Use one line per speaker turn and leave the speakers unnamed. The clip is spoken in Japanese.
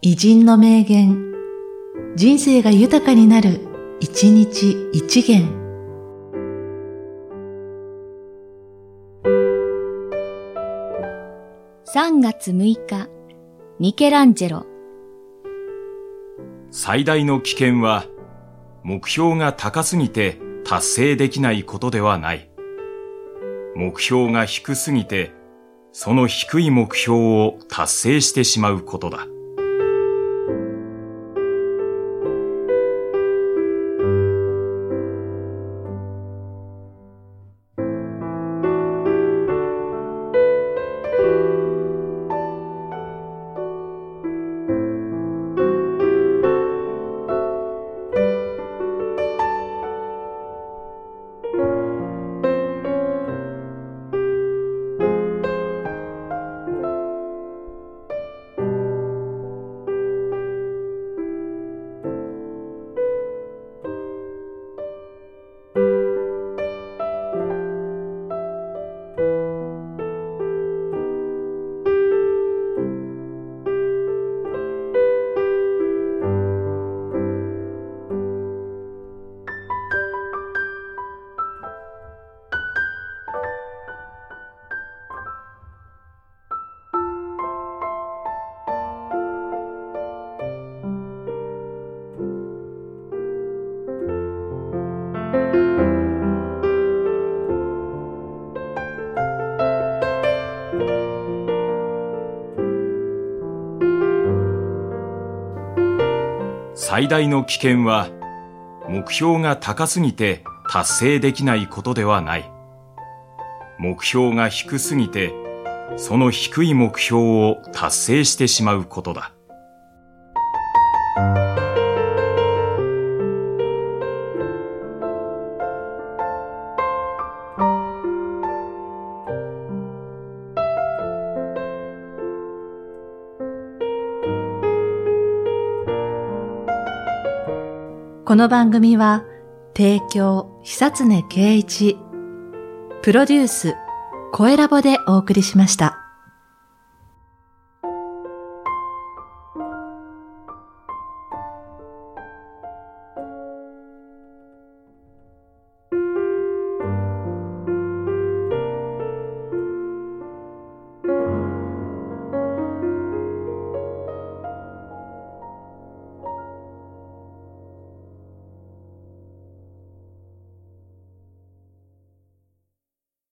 偉人の名言、人生が豊かになる、一日一元。
3月6日、ミケランジェロ。
最大の危険は、目標が高すぎて達成できないことではない。目標が低すぎて、その低い目標を達成してしまうことだ。最大の危険は、目標が高すぎて達成できないことではない。目標が低すぎて、その低い目標を達成してしまうことだ。
この番組は、提供、久常圭一、プロデュース、声ラボでお送りしました。